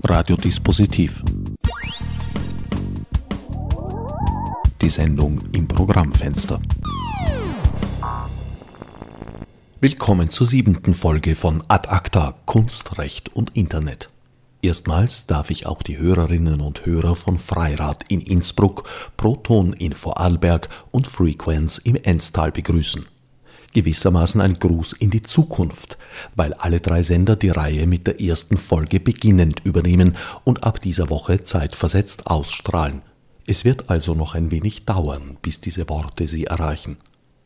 Radiodispositiv. Die Sendung im Programmfenster. Willkommen zur 7. Folge von Ad Acta Kunst, Recht und Internet. Erstmals darf ich auch die Hörerinnen und Hörer von Freirad in Innsbruck, Proton in Vorarlberg und Frequenz im Enstal begrüßen. Gewissermaßen ein Gruß in die Zukunft, weil alle 3 Sender die Reihe mit der ersten Folge beginnend übernehmen und ab dieser Woche zeitversetzt ausstrahlen. Es wird also noch ein wenig dauern, bis diese Worte Sie erreichen.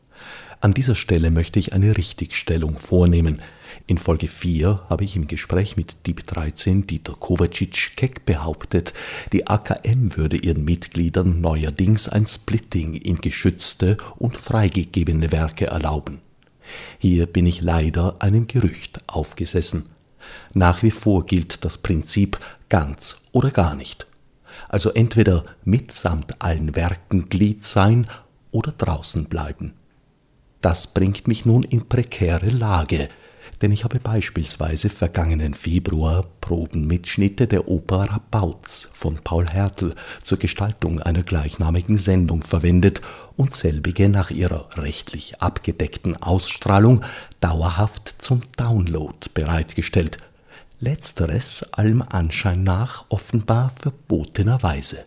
An dieser Stelle möchte ich eine Richtigstellung vornehmen. In Folge 4 habe ich im Gespräch mit Dieb 13 Dieter Kovacic keck behauptet, die AKM würde ihren Mitgliedern neuerdings ein Splitting in geschützte und freigegebene Werke erlauben. Hier bin ich leider einem Gerücht aufgesessen. Nach wie vor gilt das Prinzip ganz oder gar nicht. Also entweder mitsamt allen Werken Glied sein oder draußen bleiben. Das bringt mich nun in prekäre Lage, denn ich habe beispielsweise vergangenen Februar Probenmitschnitte der Oper Rabauz von Paul Hertel zur Gestaltung einer gleichnamigen Sendung verwendet und selbige nach ihrer rechtlich abgedeckten Ausstrahlung dauerhaft zum Download bereitgestellt. Letzteres allem Anschein nach offenbar verbotenerweise.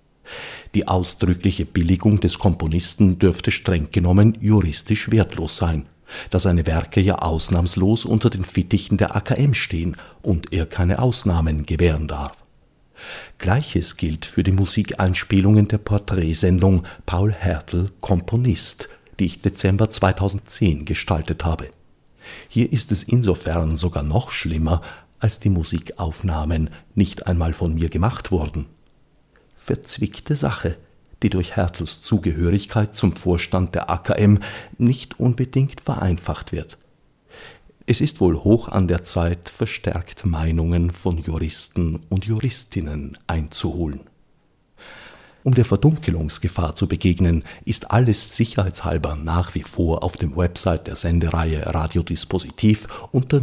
Die ausdrückliche Billigung des Komponisten dürfte streng genommen juristisch wertlos sein, da seine Werke ja ausnahmslos unter den Fittichen der AKM stehen und er keine Ausnahmen gewähren darf. Gleiches gilt für die Musikeinspielungen der Porträtsendung Paul Hertel Komponist, die ich Dezember 2010 gestaltet habe. Hier ist es insofern sogar noch schlimmer, als die Musikaufnahmen nicht einmal von mir gemacht wurden. Verzwickte Sache, die durch Hertels Zugehörigkeit zum Vorstand der AKM nicht unbedingt vereinfacht wird. Es ist wohl hoch an der Zeit, verstärkt Meinungen von Juristen und Juristinnen einzuholen. Um der Verdunkelungsgefahr zu begegnen, ist alles sicherheitshalber nach wie vor auf dem Website der Sendereihe Radiodispositiv unter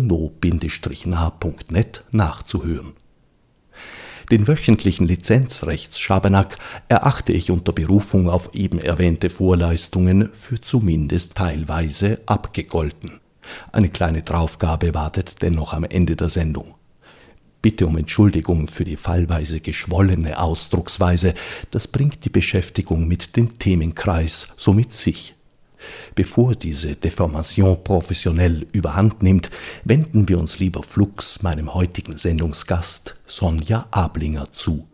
no-nah.net nachzuhören. Den wöchentlichen Lizenzrechtsschabernack erachte ich unter Berufung auf eben erwähnte Vorleistungen für zumindest teilweise abgegolten. Eine kleine Draufgabe wartet dennoch am Ende der Sendung. Bitte um Entschuldigung für die fallweise geschwollene Ausdrucksweise, das bringt die Beschäftigung mit dem Themenkreis so mit sich. Bevor diese Deformation professionell überhand nimmt, wenden wir uns lieber flugs meinem heutigen Sendungsgast Sonja Ablinger zu.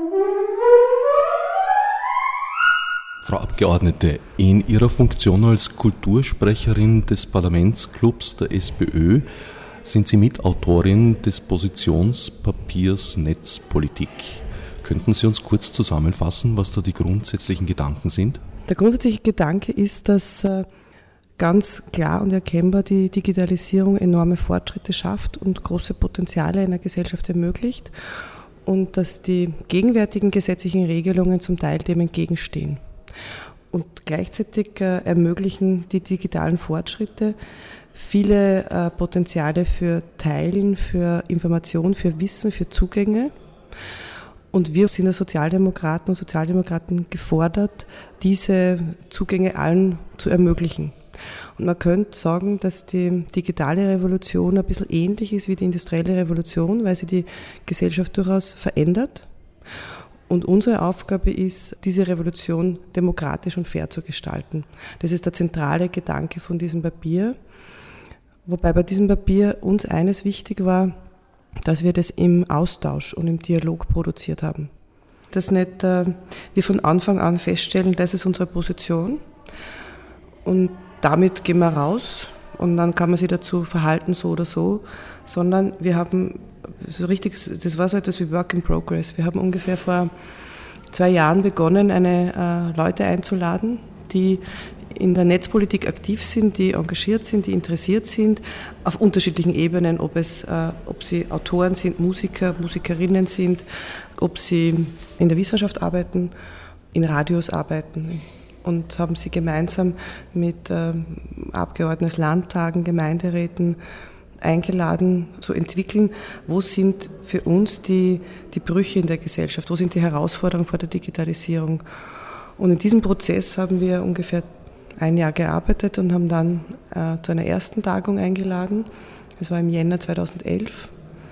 Frau Abgeordnete, in Ihrer Funktion als Kultursprecherin des Parlamentsclubs der SPÖ sind Sie Mitautorin des Positionspapiers Netzpolitik. Könnten Sie uns kurz zusammenfassen, was da die grundsätzlichen Gedanken sind? Der grundsätzliche Gedanke ist, dass ganz klar und erkennbar die Digitalisierung enorme Fortschritte schafft und große Potenziale in der Gesellschaft ermöglicht und dass die gegenwärtigen gesetzlichen Regelungen zum Teil dem entgegenstehen. Und gleichzeitig ermöglichen die digitalen Fortschritte viele Potenziale für Teilen, für Information, für Wissen, für Zugänge. Und wir sind als Sozialdemokraten und Sozialdemokraten gefordert, diese Zugänge allen zu ermöglichen. Und man könnte sagen, dass die digitale Revolution ein bisschen ähnlich ist wie die industrielle Revolution, weil sie die Gesellschaft durchaus verändert. Und unsere Aufgabe ist, diese Revolution demokratisch und fair zu gestalten. Das ist der zentrale Gedanke von diesem Papier. Wobei bei diesem Papier uns eines wichtig war, dass wir das im Austausch und im Dialog produziert haben. Dass nicht wir von Anfang an feststellen, das ist unsere Position und damit gehen wir raus und dann kann man sich dazu verhalten, so oder so, sondern wir haben so richtig, das war so etwas wie Work in Progress. Wir haben ungefähr vor 2 Jahren begonnen, Leute einzuladen, die in der Netzpolitik aktiv sind, die engagiert sind, die interessiert sind, auf unterschiedlichen Ebenen, ob sie Autoren sind, Musiker, Musikerinnen sind, ob sie in der Wissenschaft arbeiten, in Radios arbeiten und haben sie gemeinsam mit Abgeordneten des Landtagen, Gemeinderäten eingeladen zu entwickeln, wo sind für uns die Brüche in der Gesellschaft, wo sind die Herausforderungen vor der Digitalisierung. Und in diesem Prozess haben wir ungefähr ein Jahr gearbeitet und haben dann zu einer ersten Tagung eingeladen. Das war im Jänner 2011,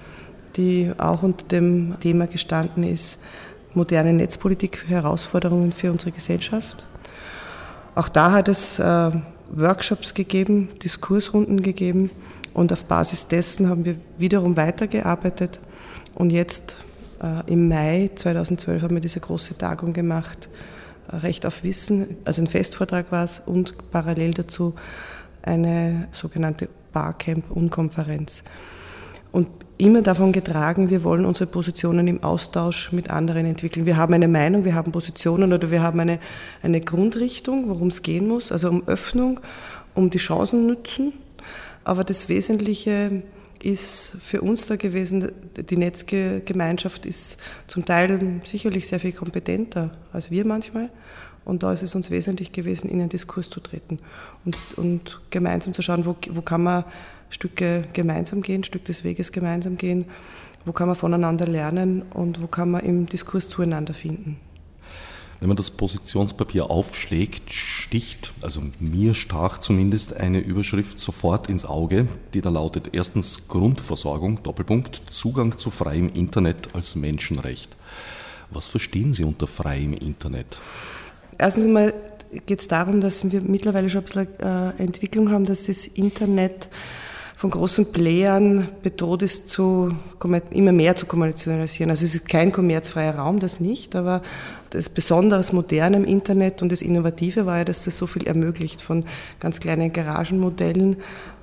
die auch unter dem Thema gestanden ist, moderne Netzpolitik, Herausforderungen für unsere Gesellschaft. Auch da hat es Workshops gegeben, Diskursrunden gegeben und auf Basis dessen haben wir wiederum weitergearbeitet. Und jetzt im Mai 2012 haben wir diese große Tagung gemacht, Recht auf Wissen, also ein Festvortrag war es und parallel dazu eine sogenannte Barcamp-Unkonferenz. Und immer davon getragen, wir wollen unsere Positionen im Austausch mit anderen entwickeln. Wir haben eine Meinung, wir haben Positionen oder wir haben eine Grundrichtung, worum es gehen muss, also um Öffnung, um die Chancen nutzen. Aber das Wesentliche ist für uns da gewesen, die Netzgemeinschaft ist zum Teil sicherlich sehr viel kompetenter als wir manchmal. Und da ist es uns wesentlich gewesen, in den Diskurs zu treten und gemeinsam zu schauen, wo kann man Stücke gemeinsam gehen, Stück des Weges gemeinsam gehen, wo kann man voneinander lernen und wo kann man im Diskurs zueinander finden. Wenn man das Positionspapier aufschlägt, sticht, also mir stach zumindest eine Überschrift sofort ins Auge, die da lautet: Erstens Grundversorgung, Doppelpunkt, Zugang zu freiem Internet als Menschenrecht. Was verstehen Sie unter freiem Internet? Erstens einmal geht es darum, dass wir mittlerweile schon ein bisschen Entwicklung haben, dass das Internet von großen Playern bedroht ist, immer mehr zu kommerzialisieren. Also es ist kein kommerzfreier Raum, das nicht, aber das Besondere, das Moderne im Internet und das Innovative war ja, dass das so viel ermöglicht, von ganz kleinen Garagenmodellen,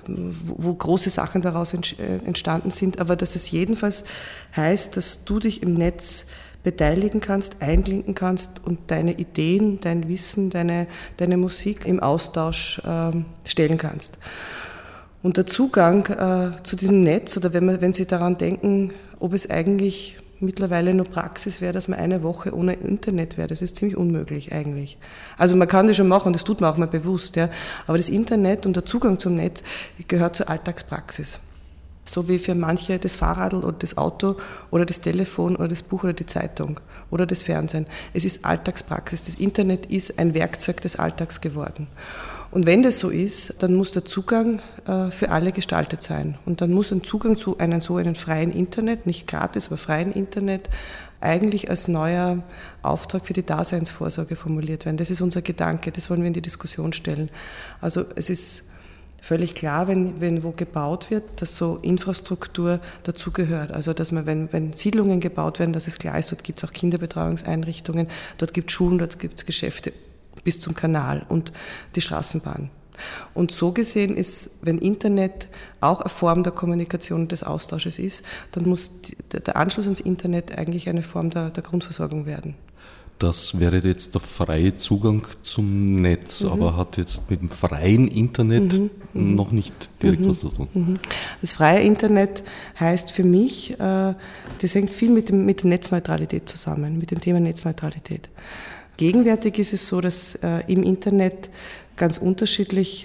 wo große Sachen daraus entstanden sind, aber dass es jedenfalls heißt, dass du dich im Netz beteiligen kannst, einklinken kannst und deine Ideen, dein Wissen, deine Musik im Austausch stellen kannst. Und der Zugang zu diesem Netz, oder wenn Sie daran denken, ob es eigentlich mittlerweile nur Praxis wäre, dass man eine Woche ohne Internet wäre, das ist ziemlich unmöglich eigentlich. Also man kann das schon machen, das tut man auch mal bewusst, ja. Aber das Internet und der Zugang zum Netz gehört zur Alltagspraxis. So wie für manche das Fahrrad oder das Auto oder das Telefon oder das Buch oder die Zeitung oder das Fernsehen. Es ist Alltagspraxis. Das Internet ist ein Werkzeug des Alltags geworden. Und wenn das so ist, dann muss der Zugang für alle gestaltet sein. Und dann muss ein Zugang zu einem freien Internet, nicht gratis, aber freien Internet, eigentlich als neuer Auftrag für die Daseinsvorsorge formuliert werden. Das ist unser Gedanke, das wollen wir in die Diskussion stellen. Also es ist völlig klar, wenn wo gebaut wird, dass so Infrastruktur dazugehört. Also dass man, wenn Siedlungen gebaut werden, dass es klar ist, dort gibt es auch Kinderbetreuungseinrichtungen, dort gibt es Schulen, dort gibt es Geschäfte bis zum Kanal und die Straßenbahn. Und so gesehen ist, wenn Internet auch eine Form der Kommunikation und des Austausches ist, dann muss der Anschluss ans Internet eigentlich eine Form der Grundversorgung werden. Das wäre jetzt der freie Zugang zum Netz, aber hat jetzt mit dem freien Internet noch nicht direkt was zu tun. Das freie Internet heißt für mich, das hängt viel mit der Netzneutralität zusammen, mit dem Thema Netzneutralität. Gegenwärtig ist es so, dass im Internet ganz unterschiedlich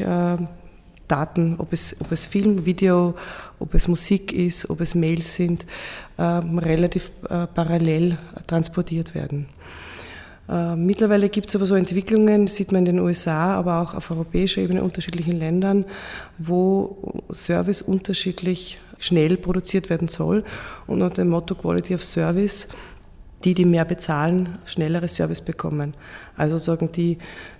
Daten, ob es Film, Video, ob es Musik ist, ob es Mails sind, relativ parallel transportiert werden. Mittlerweile gibt es aber so Entwicklungen, sieht man in den USA, aber auch auf europäischer Ebene in unterschiedlichen Ländern, wo Service unterschiedlich schnell produziert werden soll und unter dem Motto Quality of Service die mehr bezahlen, schnellere Service bekommen. Also sozusagen die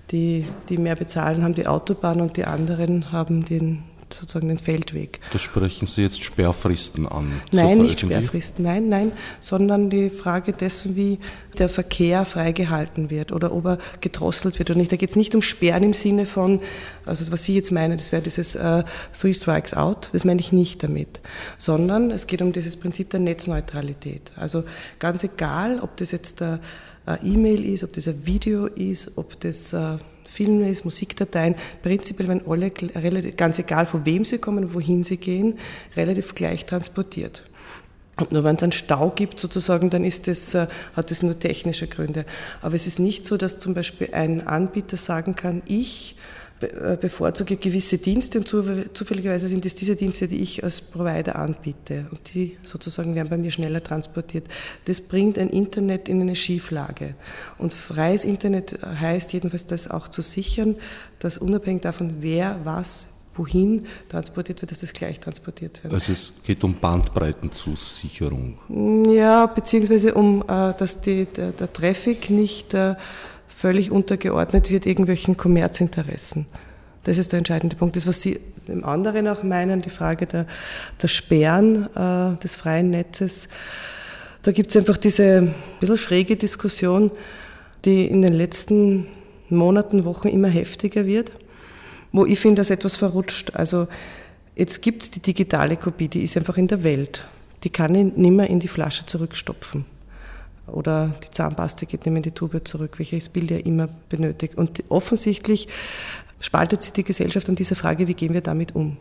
mehr bezahlen, haben die Autobahn und die anderen haben den Feldweg. Da sprechen Sie jetzt Sperrfristen an? Nein, nicht Sperrfristen, nein, sondern die Frage dessen, wie der Verkehr freigehalten wird oder ob er gedrosselt wird oder nicht. Da geht es nicht um Sperren im Sinne von, also was Sie jetzt meinen, das wäre dieses Three Strikes Out, das meine ich nicht damit, sondern es geht um dieses Prinzip der Netzneutralität. Also ganz egal, ob das jetzt eine E-Mail ist, ob das ein Video ist, ob das Filme ist, Musikdateien, prinzipiell werden alle, ganz egal von wem sie kommen, wohin sie gehen, relativ gleich transportiert. Und nur wenn es einen Stau gibt sozusagen, dann hat das nur technische Gründe. Aber es ist nicht so, dass zum Beispiel ein Anbieter sagen kann, ich bevorzuge gewisse Dienste und zufälligerweise sind es diese Dienste, die ich als Provider anbiete und die sozusagen werden bei mir schneller transportiert. Das bringt ein Internet in eine Schieflage und freies Internet heißt jedenfalls das auch zu sichern, dass unabhängig davon, wer was wohin transportiert wird, dass das gleich transportiert wird. Also es geht um Bandbreitenzusicherung. Ja, beziehungsweise dass der Traffic nicht völlig untergeordnet wird irgendwelchen Kommerzinteressen. Das ist der entscheidende Punkt. Das, was Sie im anderen auch meinen, die Frage der Sperren des freien Netzes, da gibt es einfach diese ein bisschen schräge Diskussion, die in den letzten Monaten, Wochen immer heftiger wird, wo ich finde, dass etwas verrutscht. Also jetzt gibt es die digitale Kopie, die ist einfach in der Welt. Die kann ich nicht mehr in die Flasche zurückstopfen. Oder die Zahnpasta geht nicht mehr in die Tube zurück, welches Bild ja immer benötigt. Und offensichtlich spaltet sich die Gesellschaft an dieser Frage, wie gehen wir damit um?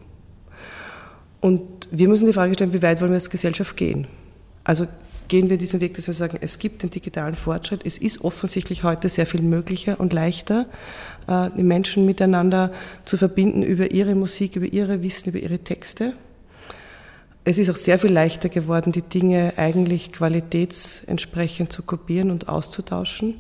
Und wir müssen die Frage stellen, wie weit wollen wir als Gesellschaft gehen? Also gehen wir diesen Weg, dass wir sagen, es gibt den digitalen Fortschritt, es ist offensichtlich heute sehr viel möglicher und leichter, die Menschen miteinander zu verbinden über ihre Musik, über ihre Wissen, über ihre Texte. Es ist auch sehr viel leichter geworden, die Dinge eigentlich qualitätsentsprechend zu kopieren und auszutauschen.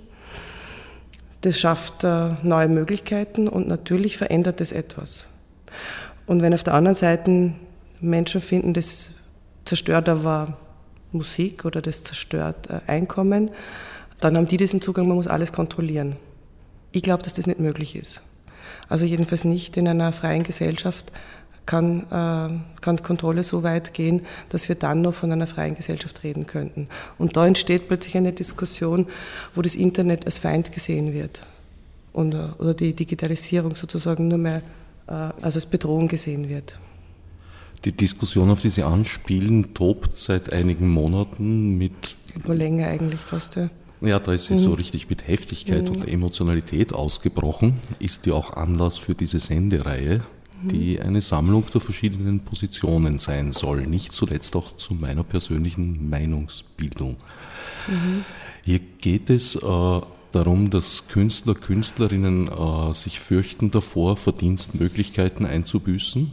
Das schafft neue Möglichkeiten und natürlich verändert es etwas. Und wenn auf der anderen Seite Menschen finden, das zerstört aber Musik oder das zerstört Einkommen, dann haben die diesen Zugang, man muss alles kontrollieren. Ich glaube, dass das nicht möglich ist. Also jedenfalls nicht in einer freien Gesellschaft kann Kontrolle so weit gehen, dass wir dann noch von einer freien Gesellschaft reden könnten. Und da entsteht plötzlich eine Diskussion, wo das Internet als Feind gesehen wird oder die Digitalisierung sozusagen nur mehr als Bedrohung gesehen wird. Die Diskussion, auf die Sie anspielen, tobt seit einigen Monaten mit... Nur länger eigentlich fast, ja. Ja, da ist sie so richtig mit Heftigkeit und Emotionalität ausgebrochen. Ist ja auch Anlass für diese Sendereihe, die eine Sammlung der verschiedenen Positionen sein soll, nicht zuletzt auch zu meiner persönlichen Meinungsbildung. Hier geht es darum, dass Künstler, Künstlerinnen sich fürchten davor, Verdienstmöglichkeiten einzubüßen.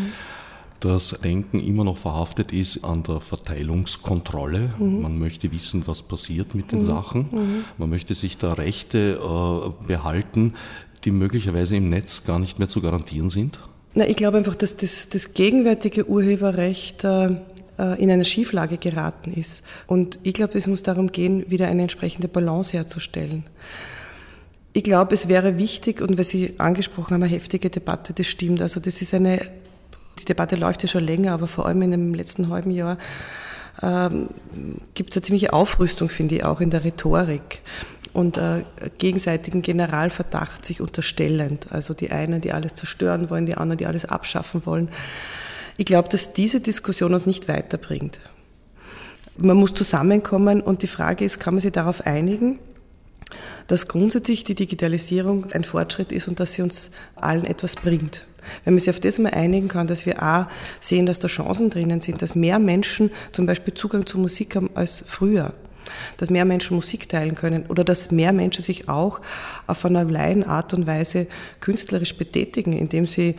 Das Denken immer noch verhaftet ist an der Verteilungskontrolle. Man möchte wissen, was passiert mit den Sachen. Man möchte sich da Rechte behalten, die möglicherweise im Netz gar nicht mehr zu garantieren sind. Na, ich glaube einfach, dass das gegenwärtige Urheberrecht in eine Schieflage geraten ist. Und ich glaube, es muss darum gehen, wieder eine entsprechende Balance herzustellen. Ich glaube, es wäre wichtig, und was Sie angesprochen haben, eine heftige Debatte, das stimmt. Also das ist die Debatte läuft ja schon länger, aber vor allem in dem letzten halben Jahr gibt es eine ziemliche Aufrüstung, finde ich, auch in der Rhetorik. Und gegenseitigen Generalverdacht sich unterstellend. Also die einen, die alles zerstören wollen, die anderen, die alles abschaffen wollen. Ich glaube, dass diese Diskussion uns nicht weiterbringt. Man muss zusammenkommen und die Frage ist, kann man sich darauf einigen, dass grundsätzlich die Digitalisierung ein Fortschritt ist und dass sie uns allen etwas bringt. Wenn man sich auf das mal einigen kann, dass wir auch sehen, dass da Chancen drinnen sind, dass mehr Menschen zum Beispiel Zugang zu Musik haben als früher, dass mehr Menschen Musik teilen können oder dass mehr Menschen sich auch auf einer allein Art und Weise künstlerisch betätigen, indem sie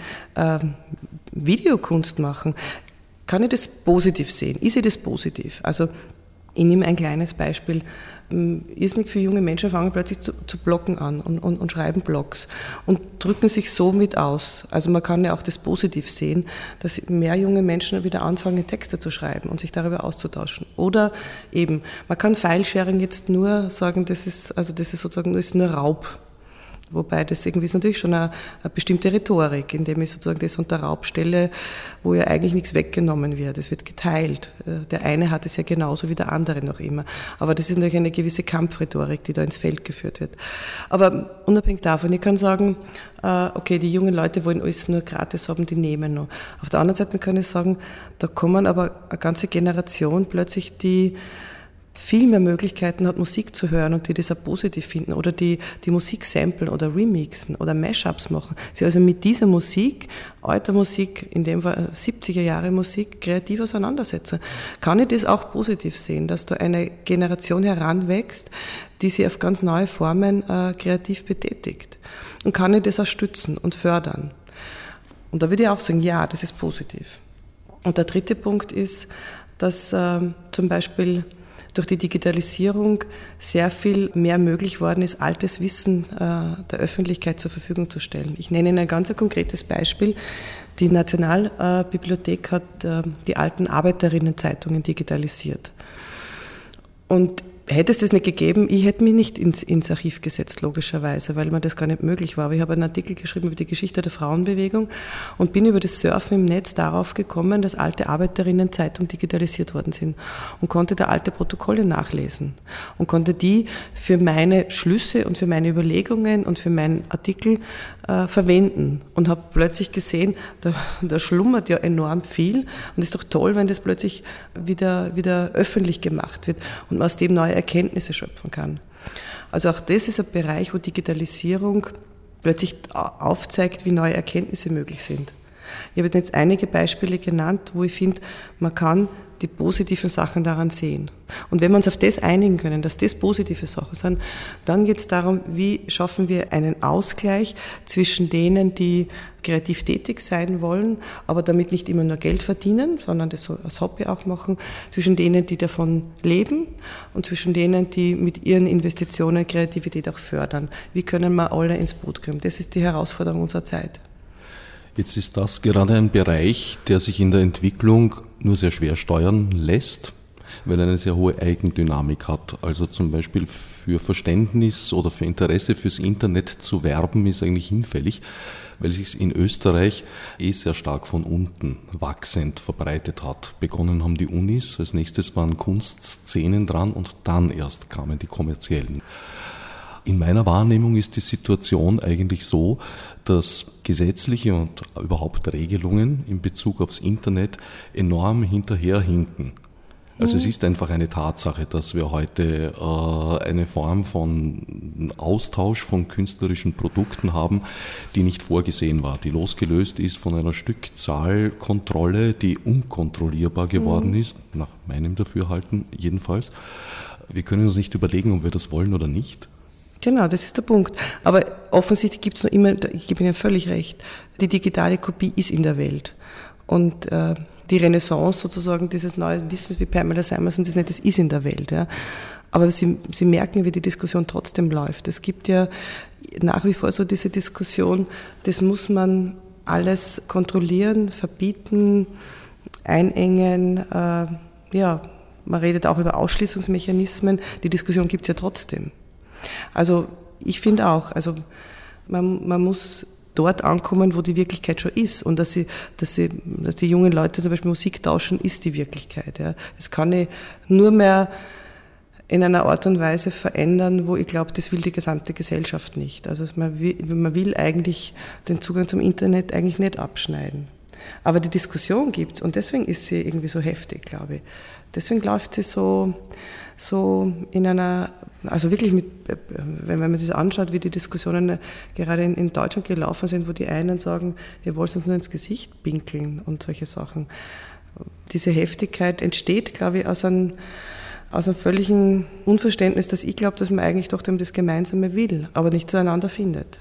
Videokunst machen, kann ich das positiv sehen? Ich sehe das positiv. Also ich nehme ein kleines Beispiel. Irrsinnig viele junge Menschen fangen plötzlich zu bloggen an und schreiben Blogs und drücken sich so mit aus. Also man kann ja auch das positiv sehen, dass mehr junge Menschen wieder anfangen, Texte zu schreiben und sich darüber auszutauschen. Oder eben, man kann File-Sharing jetzt nur sagen, das ist sozusagen nur Raub. Wobei das irgendwie ist natürlich schon eine bestimmte Rhetorik, indem ich sozusagen das unter Raub stelle, wo ja eigentlich nichts weggenommen wird. Es wird geteilt. Der eine hat es ja genauso wie der andere noch immer. Aber das ist natürlich eine gewisse Kampfrhetorik, die da ins Feld geführt wird. Aber unabhängig davon, ich kann sagen, okay, die jungen Leute wollen alles nur gratis haben, die nehmen noch. Auf der anderen Seite kann ich sagen, da kommen aber eine ganze Generation plötzlich, die viel mehr Möglichkeiten hat, Musik zu hören und die das auch positiv finden oder die Musik samplen oder remixen oder Mashups machen. Sie also mit dieser Musik, alter Musik, in dem Fall 70er Jahre Musik, kreativ auseinandersetzen. Kann ich das auch positiv sehen, dass da eine Generation heranwächst, die sich auf ganz neue Formen kreativ betätigt? Und kann ich das auch stützen und fördern? Und da würde ich auch sagen, ja, das ist positiv. Und der dritte Punkt ist, dass zum Beispiel durch die Digitalisierung sehr viel mehr möglich worden ist, altes Wissen der Öffentlichkeit zur Verfügung zu stellen. Ich nenne Ihnen ein ganz konkretes Beispiel. Die Nationalbibliothek hat die alten Arbeiterinnenzeitungen digitalisiert. Und hätte es das nicht gegeben, ich hätte mich nicht ins Archiv gesetzt, logischerweise, weil mir das gar nicht möglich war. Aber ich habe einen Artikel geschrieben über die Geschichte der Frauenbewegung und bin über das Surfen im Netz darauf gekommen, dass alte Arbeiterinnenzeitungen digitalisiert worden sind und konnte da alte Protokolle nachlesen und konnte die für meine Schlüsse und für meine Überlegungen und für meinen Artikel verwenden und habe plötzlich gesehen, da schlummert ja enorm viel und es ist doch toll, wenn das plötzlich wieder öffentlich gemacht wird und man aus dem neue Erkenntnisse schöpfen kann. Also auch das ist ein Bereich, wo Digitalisierung plötzlich aufzeigt, wie neue Erkenntnisse möglich sind. Ich habe jetzt einige Beispiele genannt, wo ich finde, man kann die positiven Sachen daran sehen. Und wenn wir uns auf das einigen können, dass das positive Sachen sind, dann geht es darum, wie schaffen wir einen Ausgleich zwischen denen, die kreativ tätig sein wollen, aber damit nicht immer nur Geld verdienen, sondern das so als Hobby auch machen, zwischen denen, die davon leben und zwischen denen, die mit ihren Investitionen Kreativität auch fördern. Wie können wir alle ins Boot kommen? Das ist die Herausforderung unserer Zeit. Jetzt ist das gerade ein Bereich, der sich in der Entwicklung nur sehr schwer steuern lässt, weil er eine sehr hohe Eigendynamik hat. Also zum Beispiel für Verständnis oder für Interesse fürs Internet zu werben ist eigentlich hinfällig, weil es sich in Österreich sehr stark von unten wachsend verbreitet hat. Begonnen haben die Unis, als nächstes waren Kunstszenen dran und dann erst kamen die kommerziellen. In meiner Wahrnehmung ist die Situation eigentlich so, dass gesetzliche und überhaupt Regelungen in Bezug aufs Internet enorm hinterherhinken. Also es ist einfach eine Tatsache, dass wir heute eine Form von Austausch von künstlerischen Produkten haben, die nicht vorgesehen war, die losgelöst ist von einer Stückzahlkontrolle, die unkontrollierbar geworden ist, nach meinem Dafürhalten jedenfalls. Wir können uns nicht überlegen, ob wir das wollen oder nicht. Genau, das ist der Punkt. Aber offensichtlich gibt es noch immer, ich gebe Ihnen völlig recht, die digitale Kopie ist in der Welt. Und die Renaissance sozusagen dieses neuen Wissens, wie Pamela Simonson das nennt, das ist in der Welt. Ja. Aber Sie merken, wie die Diskussion trotzdem läuft. Es gibt ja nach wie vor so diese Diskussion, das muss man alles kontrollieren, verbieten, einengen. Ja, man redet auch über Ausschließungsmechanismen. Die Diskussion gibt es ja trotzdem. Also ich finde auch, also man muss dort ankommen, wo die Wirklichkeit schon ist und dass die jungen Leute zum Beispiel Musik tauschen, ist die Wirklichkeit. Ja. Das kann ich nur mehr in einer Art und Weise verändern, wo ich glaube, das will die gesamte Gesellschaft nicht. Also man will eigentlich den Zugang zum Internet eigentlich nicht abschneiden. Aber die Diskussion gibt's und deswegen ist sie irgendwie so heftig, glaube ich. Deswegen läuft sie so in einer, also wirklich wenn man sich das anschaut, wie die Diskussionen gerade in Deutschland gelaufen sind, wo die einen sagen, ihr wollt uns nur ins Gesicht pinkeln und solche Sachen. Diese Heftigkeit entsteht, glaube ich, aus einem völligen Unverständnis, dass ich glaube, dass man eigentlich doch das Gemeinsame will, aber nicht zueinander findet.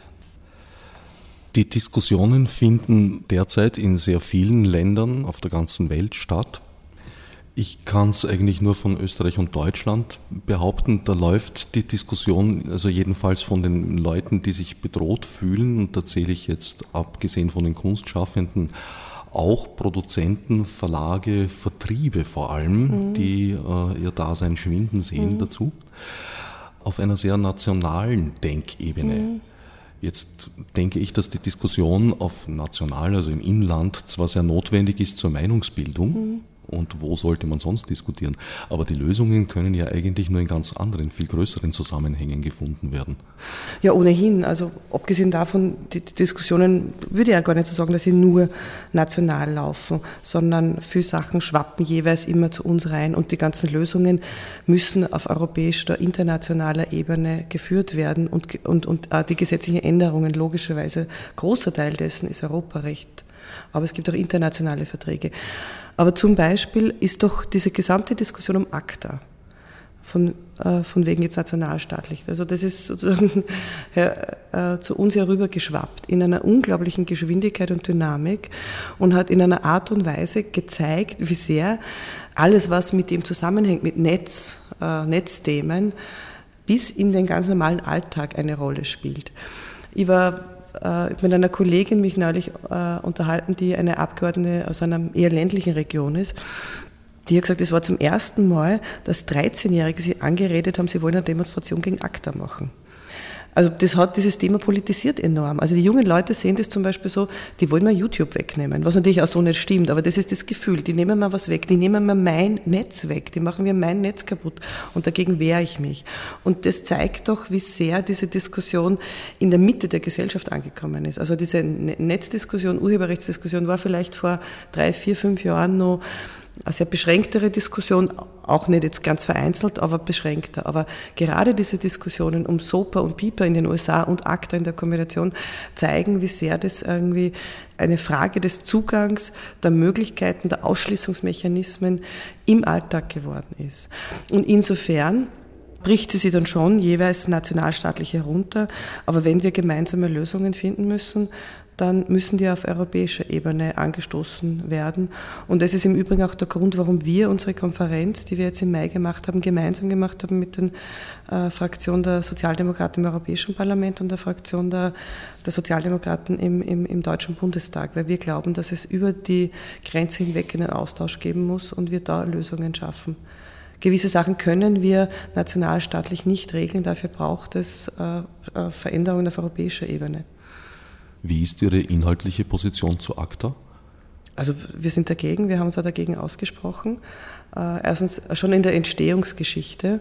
Die Diskussionen finden derzeit in sehr vielen Ländern auf der ganzen Welt statt. Ich kann es eigentlich nur von Österreich und Deutschland behaupten, da läuft die Diskussion, also jedenfalls von den Leuten, die sich bedroht fühlen, und da zähle ich jetzt abgesehen von den Kunstschaffenden auch Produzenten, Verlage, Vertriebe vor allem, die ihr Dasein schwinden sehen dazu, auf einer sehr nationalen Denkebene. Jetzt denke ich, dass die Diskussion auf national, also im Inland, zwar sehr notwendig ist zur Meinungsbildung, Und wo sollte man sonst diskutieren? Aber die Lösungen können ja eigentlich nur in ganz anderen, viel größeren Zusammenhängen gefunden werden. Ja, ohnehin. Also abgesehen davon, die Diskussionen, würde ich ja gar nicht so sagen, dass sie nur national laufen, sondern viele Sachen schwappen jeweils immer zu uns rein und die ganzen Lösungen müssen auf europäischer oder internationaler Ebene geführt werden und die gesetzlichen Änderungen, logischerweise, großer Teil dessen ist Europarecht. Aber es gibt auch internationale Verträge. Aber zum Beispiel ist doch diese gesamte Diskussion um ACTA, von wegen jetzt nationalstaatlich, also das ist sozusagen zu uns herübergeschwappt in einer unglaublichen Geschwindigkeit und Dynamik und hat in einer Art und Weise gezeigt, wie sehr alles, was mit dem zusammenhängt, mit Netzthemen, bis in den ganz normalen Alltag eine Rolle spielt. Ich war mit einer Kollegin mich neulich unterhalten, die eine Abgeordnete aus einer eher ländlichen Region ist. Die hat gesagt, es war zum ersten Mal, dass 13-Jährige sie angeredet haben, sie wollen eine Demonstration gegen ACTA machen. Also das hat dieses Thema politisiert enorm. Also die jungen Leute sehen das zum Beispiel so, die wollen mir YouTube wegnehmen, was natürlich auch so nicht stimmt, aber das ist das Gefühl, die nehmen mir was weg, die nehmen mir mein Netz weg, die machen mir mein Netz kaputt und dagegen wehre ich mich. Und das zeigt doch, wie sehr diese Diskussion in der Mitte der Gesellschaft angekommen ist. Also diese Netzdiskussion, Urheberrechtsdiskussion war vielleicht vor 3, 4, 5 Jahren noch eine sehr beschränktere Diskussion, auch nicht jetzt ganz vereinzelt, aber beschränkter. Aber gerade diese Diskussionen um SOPA und PIPA in den USA und ACTA in der Kombination zeigen, wie sehr das irgendwie eine Frage des Zugangs, der Möglichkeiten, der Ausschließungsmechanismen im Alltag geworden ist. Und insofern bricht sie dann schon jeweils nationalstaatlich herunter. Aber wenn wir gemeinsame Lösungen finden müssen, dann müssen die auf europäischer Ebene angestoßen werden. Und das ist im Übrigen auch der Grund, warum wir unsere Konferenz, die wir jetzt im Mai gemacht haben, gemeinsam gemacht haben mit der Fraktion der Sozialdemokraten im Europäischen Parlament und der Fraktion der Sozialdemokraten im Deutschen Bundestag, weil wir glauben, dass es über die Grenze hinweg einen Austausch geben muss und wir da Lösungen schaffen. Gewisse Sachen können wir nationalstaatlich nicht regeln, dafür braucht es Veränderungen auf europäischer Ebene. Wie ist Ihre inhaltliche Position zu ACTA? Also wir sind dagegen, wir haben uns auch dagegen ausgesprochen. Erstens schon in der Entstehungsgeschichte.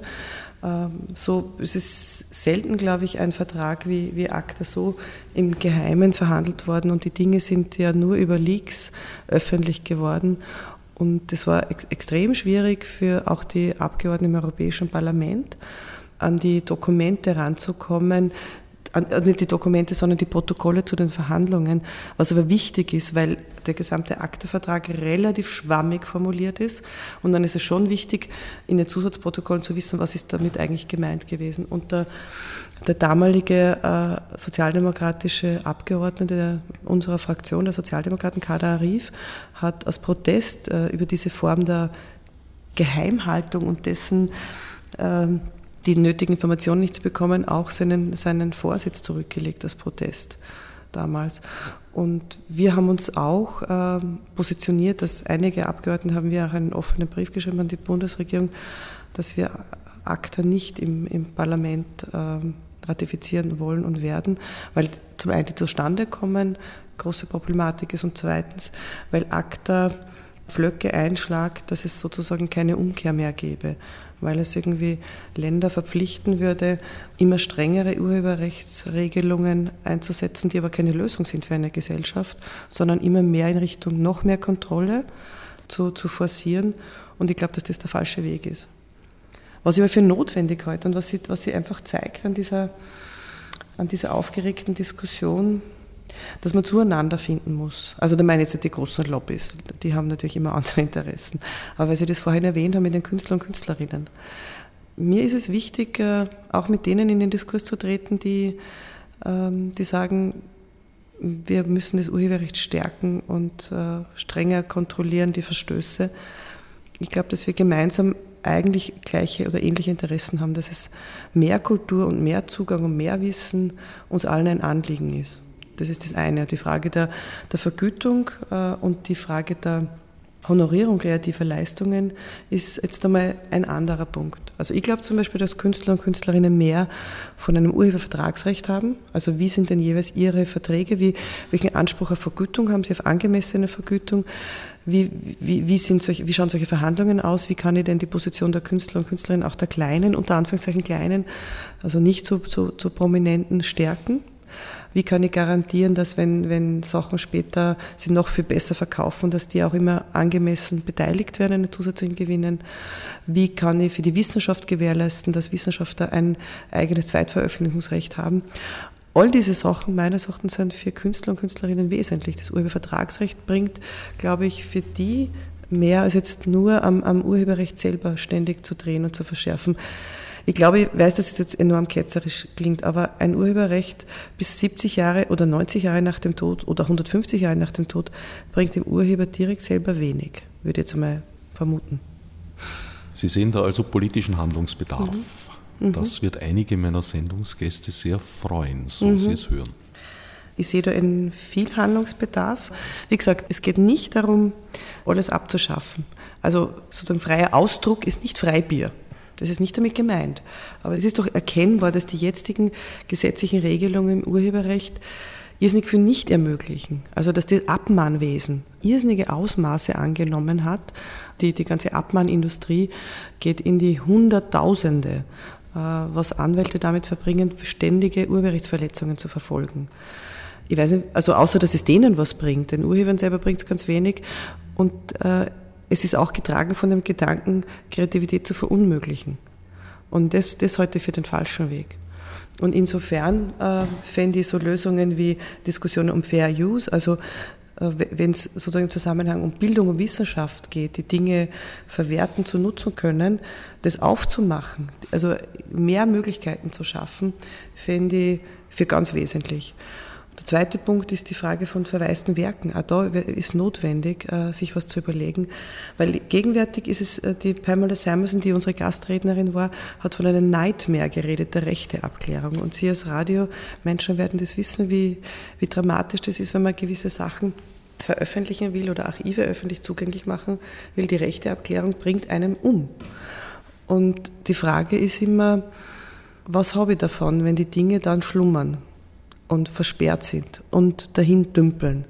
Es ist selten, glaube ich, ein Vertrag wie ACTA so im Geheimen verhandelt worden und die Dinge sind ja nur über Leaks öffentlich geworden. Und das war extrem schwierig für auch die Abgeordneten im Europäischen Parlament, an die Dokumente ranzukommen, nicht die Dokumente, sondern die Protokolle zu den Verhandlungen, was aber wichtig ist, weil der gesamte ACTA-Vertrag relativ schwammig formuliert ist und dann ist es schon wichtig, in den Zusatzprotokollen zu wissen, was ist damit eigentlich gemeint gewesen. Und der damalige sozialdemokratische Abgeordnete unserer Fraktion, der Sozialdemokraten, Kader Arif, hat als Protest über diese Form der Geheimhaltung und dessen die nötigen Informationen nicht zu bekommen, auch seinen Vorsitz zurückgelegt als Protest damals. Und wir haben uns auch positioniert, dass einige Abgeordnete haben wir auch einen offenen Brief geschrieben an die Bundesregierung, dass wir ACTA nicht im Parlament ratifizieren wollen und werden, weil zum einen die Zustandekommen große Problematik ist und zweitens, weil ACTA Pflöcke einschlagt, dass es sozusagen keine Umkehr mehr gäbe, weil es irgendwie Länder verpflichten würde, immer strengere Urheberrechtsregelungen einzusetzen, die aber keine Lösung sind für eine Gesellschaft, sondern immer mehr in Richtung noch mehr Kontrolle zu forcieren. Und ich glaube, dass das der falsche Weg ist. Was ich aber für notwendig halte und was sie einfach zeigt an dieser aufgeregten Diskussion, dass man zueinander finden muss. Also da meine ich jetzt nicht die großen Lobbys, die haben natürlich immer andere Interessen. Aber weil Sie das vorhin erwähnt haben mit den Künstlern und Künstlerinnen. Mir ist es wichtig, auch mit denen in den Diskurs zu treten, die sagen, wir müssen das Urheberrecht stärken und strenger kontrollieren, die Verstöße. Ich glaube, dass wir gemeinsam eigentlich gleiche oder ähnliche Interessen haben, dass es mehr Kultur und mehr Zugang und mehr Wissen uns allen ein Anliegen ist. Das ist das eine. Die Frage der Vergütung und die Frage der Honorierung kreativer Leistungen ist jetzt einmal ein anderer Punkt. Also ich glaube zum Beispiel, dass Künstler und Künstlerinnen mehr von einem Urhebervertragsrecht haben. Also wie sind denn jeweils ihre Verträge? Welchen Anspruch auf Vergütung haben sie, auf angemessene Vergütung? Wie schauen solche Verhandlungen aus? Wie kann ich denn die Position der Künstler und Künstlerinnen, auch der Kleinen, unter Anführungszeichen Kleinen, also nicht zu Prominenten, stärken? Wie kann ich garantieren, dass wenn Sachen später sich noch viel besser verkaufen, dass die auch immer angemessen beteiligt werden an den zusätzlichen Gewinnen? Wie kann ich für die Wissenschaft gewährleisten, dass Wissenschaftler ein eigenes Zweitveröffentlichungsrecht haben? All diese Sachen meines Erachtens sind für Künstler und Künstlerinnen wesentlich. Das Urhebervertragsrecht bringt, glaube ich, für die mehr als jetzt nur am Urheberrecht selber ständig zu drehen und zu verschärfen. Ich glaube, ich weiß, dass es jetzt enorm ketzerisch klingt, aber ein Urheberrecht bis 70 Jahre oder 90 Jahre nach dem Tod oder 150 Jahre nach dem Tod bringt dem Urheber direkt selber wenig, würde ich jetzt einmal vermuten. Sie sehen da also politischen Handlungsbedarf. Das wird einige meiner Sendungsgäste sehr freuen, so Sie es hören. Ich sehe da viel Handlungsbedarf. Wie gesagt, es geht nicht darum, alles abzuschaffen. Also sozusagen freier Ausdruck ist nicht Freibier. Das ist nicht damit gemeint. Aber es ist doch erkennbar, dass die jetzigen gesetzlichen Regelungen im Urheberrecht irrsinnig viel nicht ermöglichen. Also dass das Abmahnwesen irrsinnige Ausmaße angenommen hat. Die ganze Abmahnindustrie geht in die Hunderttausende, was Anwälte damit verbringen, ständige Urheberrechtsverletzungen zu verfolgen. Ich weiß nicht, also außer dass es denen was bringt, den Urhebern selber bringt es ganz wenig. Und es ist auch getragen von dem Gedanken, Kreativität zu verunmöglichen. Und das halte ich für den falschen Weg. Und insofern fände ich so Lösungen wie Diskussionen um Fair Use, also wenn es sozusagen im Zusammenhang um Bildung und Wissenschaft geht, die Dinge verwerten zu nutzen können, das aufzumachen, also mehr Möglichkeiten zu schaffen, fände ich für ganz wesentlich. Der zweite Punkt ist die Frage von verwaisten Werken. Auch da ist notwendig, sich was zu überlegen, weil gegenwärtig ist es, die Pamela Samuelson, die unsere Gastrednerin war, hat von einem Nightmare geredet, der Rechteabklärung. Und Sie als Radiomenschen werden das wissen, wie dramatisch das ist, wenn man gewisse Sachen veröffentlichen will oder Archive öffentlich zugänglich machen will. Die Rechteabklärung bringt einen um. Und die Frage ist immer, was habe ich davon, wenn die Dinge dann schlummern und versperrt sind und dahin dümpeln,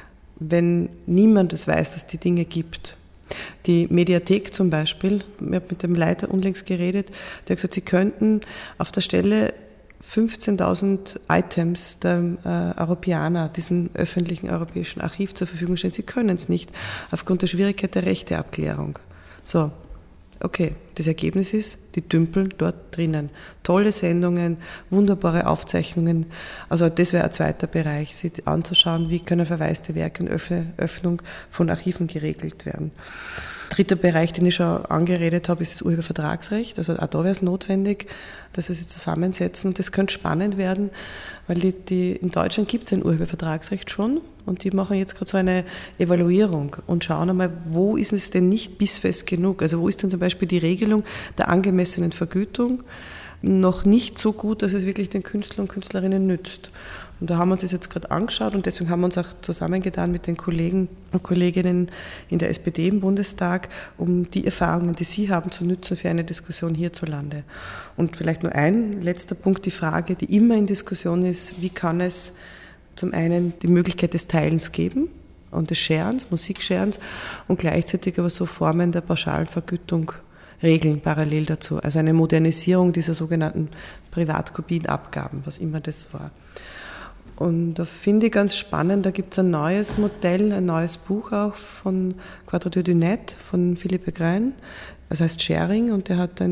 wenn niemand es weiß, dass es die Dinge gibt. Die Mediathek zum Beispiel, ich habe mit dem Leiter unlängst geredet, der hat gesagt, sie könnten auf der Stelle 15.000 Items der Europäer, diesem öffentlichen europäischen Archiv zur Verfügung stellen. Sie können es nicht, aufgrund der Schwierigkeit der Rechteabklärung. So. Okay, das Ergebnis ist, die dümpeln dort drinnen. Tolle Sendungen, wunderbare Aufzeichnungen. Also das wäre ein zweiter Bereich, sich anzuschauen, wie können verwaiste Werke und Öffnung von Archiven geregelt werden. Dritter Bereich, den ich schon angeredet habe, ist das Urhebervertragsrecht. Also auch da wäre es notwendig, dass wir sie zusammensetzen. Und das könnte spannend werden, weil in Deutschland gibt es ein Urhebervertragsrecht schon und die machen jetzt gerade so eine Evaluierung und schauen einmal, wo ist es denn nicht bissfest genug? Also wo ist denn zum Beispiel die Regelung der angemessenen Vergütung noch nicht so gut, dass es wirklich den Künstlern und Künstlerinnen nützt. Und da haben wir uns das jetzt gerade angeschaut und deswegen haben wir uns auch zusammengetan mit den Kollegen und Kolleginnen in der SPD im Bundestag, um die Erfahrungen, die sie haben, zu nützen für eine Diskussion hierzulande. Und vielleicht nur ein letzter Punkt, die Frage, die immer in Diskussion ist, wie kann es zum einen die Möglichkeit des Teilens geben und des Sharens, Musiksharens und gleichzeitig aber so Formen der pauschalen Vergütung regeln parallel dazu. Also eine Modernisierung dieser sogenannten Privatkopienabgaben, was immer das war. Und da finde ich ganz spannend, da gibt es ein neues Modell, ein neues Buch auch von Quadrature du Net, von Philippe Grein, das heißt Sharing, und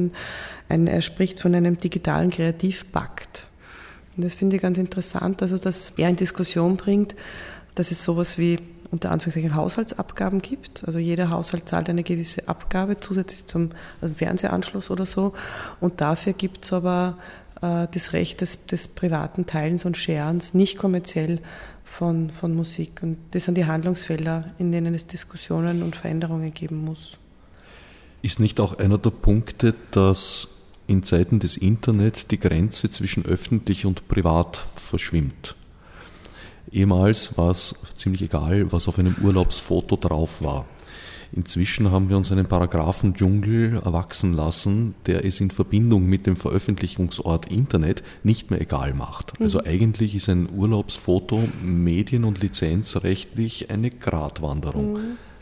er spricht von einem digitalen Kreativpakt. Und das finde ich ganz interessant, also dass er in Diskussion bringt, dass es sowas wie unter Anführungszeichen Haushaltsabgaben gibt. Also jeder Haushalt zahlt eine gewisse Abgabe zusätzlich zum Fernsehanschluss oder so. Und dafür gibt es aber das Recht des privaten Teilens und Sharens, nicht kommerziell von Musik. Und das sind die Handlungsfelder, in denen es Diskussionen und Veränderungen geben muss. Ist nicht auch einer der Punkte, dass in Zeiten des Internet die Grenze zwischen öffentlich und privat verschwimmt? Ehemals war es ziemlich egal, was auf einem Urlaubsfoto drauf war. Inzwischen haben wir uns einen Paragraphendschungel erwachsen lassen, der es in Verbindung mit dem Veröffentlichungsort Internet nicht mehr egal macht. Also eigentlich ist ein Urlaubsfoto medien- und lizenzrechtlich eine Gratwanderung.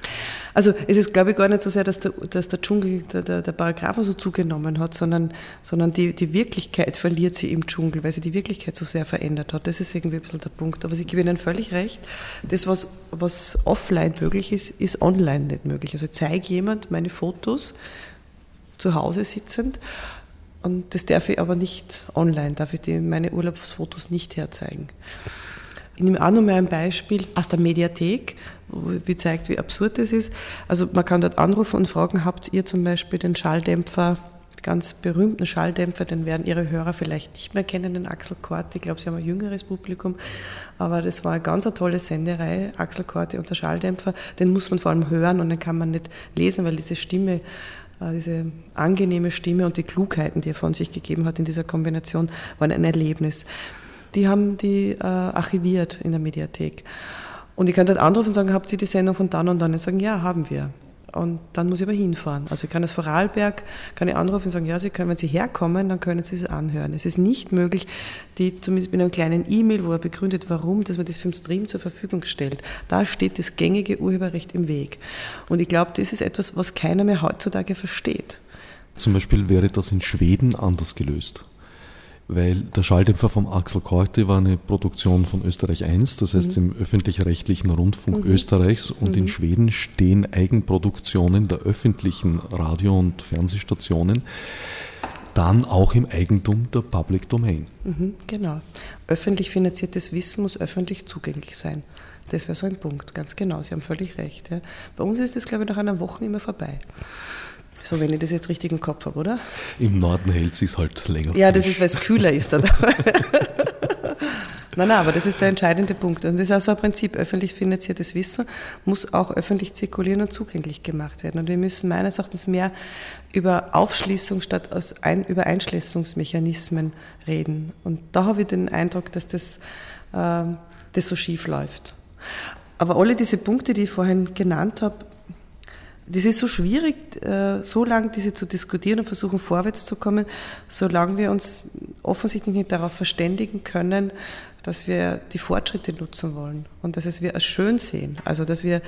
Also es ist, glaube ich, gar nicht so sehr, dass der Dschungel, der Paragraphen so zugenommen hat, sondern die Wirklichkeit verliert sie im Dschungel, weil sie die Wirklichkeit so sehr verändert hat. Das ist irgendwie ein bisschen der Punkt. Aber ich gebe Ihnen völlig recht, das, was offline möglich ist, ist online nicht möglich. Also ich zeige jemand meine Fotos zu Hause sitzend und das darf ich aber nicht online, darf ich meine Urlaubsfotos nicht herzeigen. Ich nehme auch noch mal ein Beispiel aus der Mediathek, wie zeigt, wie absurd das ist. Also man kann dort anrufen und fragen, habt ihr zum Beispiel den Schalldämpfer, ganz berühmten Schalldämpfer, den werden Ihre Hörer vielleicht nicht mehr kennen, den Axel Corti. Ich glaube, Sie haben ein jüngeres Publikum, aber das war eine ganz tolle Sendereihe, Axel Corti und der Schalldämpfer. Den muss man vor allem hören und den kann man nicht lesen, weil diese Stimme, diese angenehme Stimme und die Klugheiten, die er von sich gegeben hat in dieser Kombination, waren ein Erlebnis. Die haben die archiviert in der Mediathek. Und ich kann dort anrufen und sagen, habt ihr die Sendung von dann und dann? Und sagen, ja, haben wir. Und dann muss ich aber hinfahren. Also ich kann aus Vorarlberg, kann ich anrufen und sagen, ja, wenn Sie herkommen, dann können Sie es anhören. Es ist nicht möglich, zumindest mit einem kleinen E-Mail, wo er begründet, warum, dass man das für den Stream zur Verfügung stellt. Da steht das gängige Urheberrecht im Weg. Und ich glaube, das ist etwas, was keiner mehr heutzutage versteht. Zum Beispiel wäre das in Schweden anders gelöst. Weil der Schalldämpfer vom Axel Corti war eine Produktion von Österreich 1, das heißt im öffentlich-rechtlichen Rundfunk Österreichs, und in Schweden stehen Eigenproduktionen der öffentlichen Radio- und Fernsehstationen dann auch im Eigentum der Public Domain. Genau. Öffentlich finanziertes Wissen muss öffentlich zugänglich sein. Das wäre so ein Punkt, ganz genau, Sie haben völlig recht. Ja. Bei uns ist das, glaube ich, nach einer Woche immer vorbei. So, wenn ich das jetzt richtig im Kopf habe, oder? Im Norden hält es sich halt länger. Ja, das ist, weil es kühler ist. Nein, aber das ist der entscheidende Punkt. Und das ist auch so ein Prinzip. Öffentlich finanziertes Wissen muss auch öffentlich zirkulieren und zugänglich gemacht werden. Und wir müssen meines Erachtens mehr über Aufschließung statt über Einschließungsmechanismen reden. Und da habe ich den Eindruck, dass das so schief läuft. Aber alle diese Punkte, die ich vorhin genannt habe, das ist so schwierig, so lange diese zu diskutieren und versuchen vorwärts zu kommen, solange wir uns offensichtlich nicht darauf verständigen können, dass wir die Fortschritte nutzen wollen und dass wir es schön sehen. Also dass wir,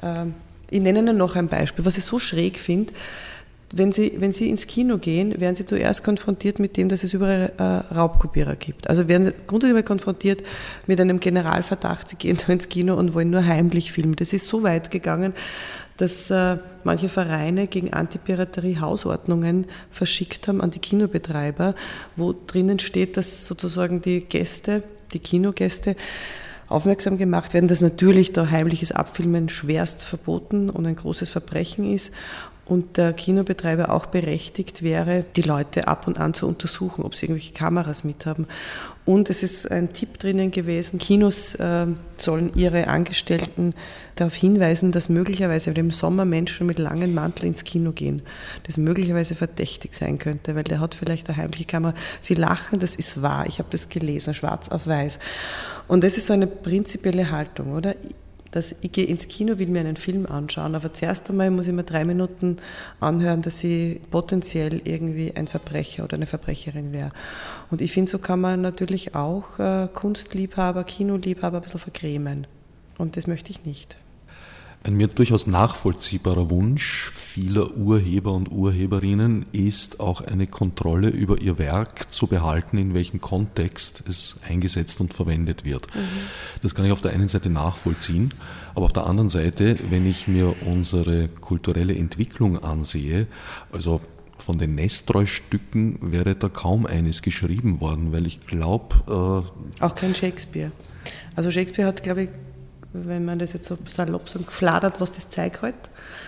ich nenne Ihnen noch ein Beispiel, was ich so schräg finde. Wenn Sie ins Kino gehen, werden Sie zuerst konfrontiert mit dem, dass es überall Raubkopierer gibt. Also werden Sie grundsätzlich mal konfrontiert mit einem Generalverdacht, Sie gehen da ins Kino und wollen nur heimlich filmen. Das ist so weit gegangen, dass manche Vereine gegen Antipiraterie Hausordnungen verschickt haben an die Kinobetreiber, wo drinnen steht, dass sozusagen die Kinogäste aufmerksam gemacht werden, dass natürlich da heimliches Abfilmen schwerst verboten und ein großes Verbrechen ist und der Kinobetreiber auch berechtigt wäre, die Leute ab und an zu untersuchen, ob sie irgendwelche Kameras mithaben. Und es ist ein Tipp drinnen gewesen, Kinos sollen ihre Angestellten darauf hinweisen, dass möglicherweise im Sommer Menschen mit langen Mantel ins Kino gehen, das möglicherweise verdächtig sein könnte, weil der hat vielleicht eine heimliche Kamera. Sie lachen, das ist wahr, ich habe das gelesen, schwarz auf weiß. Und das ist so eine prinzipielle Haltung, oder? Ich gehe ins Kino, will mir einen Film anschauen, aber zuerst einmal muss ich mir 3 Minuten anhören, dass ich potenziell irgendwie ein Verbrecher oder eine Verbrecherin wäre. Und ich finde, so kann man natürlich auch Kunstliebhaber, Kinoliebhaber ein bisschen vergrämen. Und das möchte ich nicht. Ein mir durchaus nachvollziehbarer Wunsch vieler Urheber und Urheberinnen ist auch eine Kontrolle über ihr Werk zu behalten, in welchem Kontext es eingesetzt und verwendet wird. Das kann ich auf der einen Seite nachvollziehen, aber auf der anderen Seite, wenn ich mir unsere kulturelle Entwicklung ansehe, also von den Nestroy-Stücken wäre da kaum eines geschrieben worden, weil ich glaube... auch kein Shakespeare. Also Shakespeare hat, glaube ich, wenn man das jetzt so salopp so gefladert, was das Zeug halt.